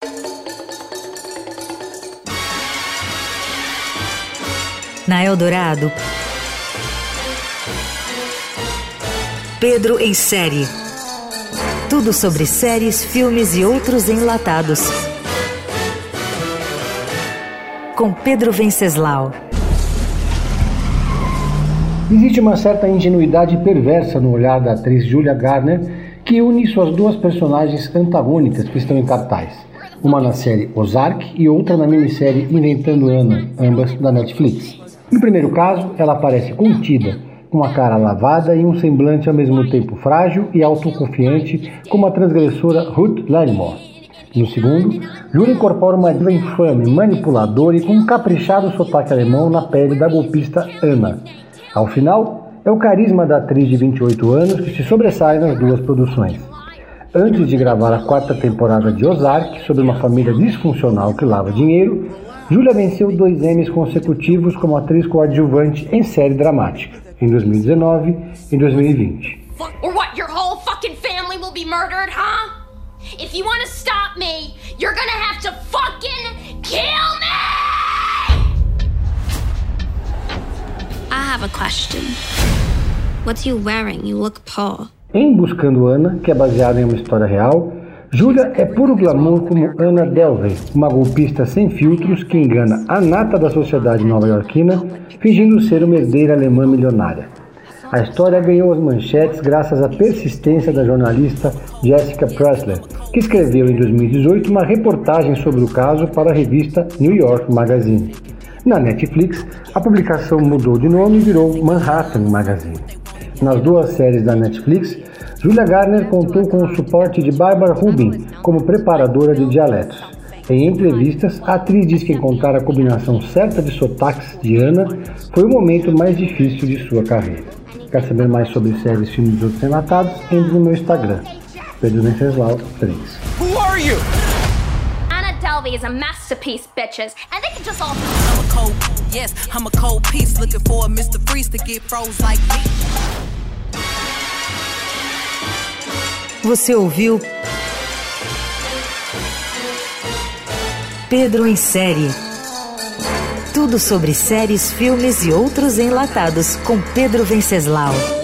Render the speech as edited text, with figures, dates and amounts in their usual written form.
Na Eldorado, Pedro em Série. Tudo sobre séries, filmes e outros enlatados. Com Pedro Venceslau. Existe uma certa ingenuidade perversa no olhar da atriz Julia Garner que une suas duas personagens antagônicas que estão em cartaz. Uma na série Ozark e outra na minissérie Inventando Anna, ambas da Netflix. No primeiro caso, ela aparece contida, com a cara lavada e um semblante ao mesmo tempo frágil e autoconfiante, como a transgressora Ruth Langmore. No segundo, Julia incorpora uma diva infame, manipuladora e com um caprichado sotaque alemão na pele da golpista Anna. Ao final, é o carisma da atriz de 28 anos que se sobressai nas duas produções. Antes de gravar a 4ª temporada de Ozark, sobre uma família disfuncional que lava dinheiro, Julia venceu 2 Emmys consecutivos como atriz coadjuvante em série dramática, em 2019 e 2020. Or what, your whole fucking family will be murdered, huh? If you want to stop me, you're gonna have to fucking kill me! I have a question. What are you wearing? You look poor. Em Buscando Anna, que é baseada em uma história real, Julia é puro glamour como Anna Delvey, uma golpista sem filtros que engana a nata da sociedade nova-iorquina, fingindo ser uma herdeira alemã milionária. A história ganhou as manchetes graças à persistência da jornalista Jessica Pressler, que escreveu em 2018 uma reportagem sobre o caso para a revista New York Magazine. Na Netflix, a publicação mudou de nome e virou Manhattan Magazine. Nas 2 séries da Netflix, Julia Garner contou com o suporte de Barbara Rubin como preparadora de dialetos. Em entrevistas, a atriz diz que encontrar a combinação certa de sotaques de Anna foi o momento mais difícil de sua carreira. Quer saber mais sobre séries, filmes e outros enlatados? Entre no meu Instagram, Pedro Venceslau 3. Who are you? Anna Delvey is a masterpiece, bitches. And they can just all... I'm a cold piece looking for a Mr. Freeze to get froze like me. Você ouviu Pedro em Série. Tudo sobre séries, filmes e outros enlatados com Pedro Venceslau.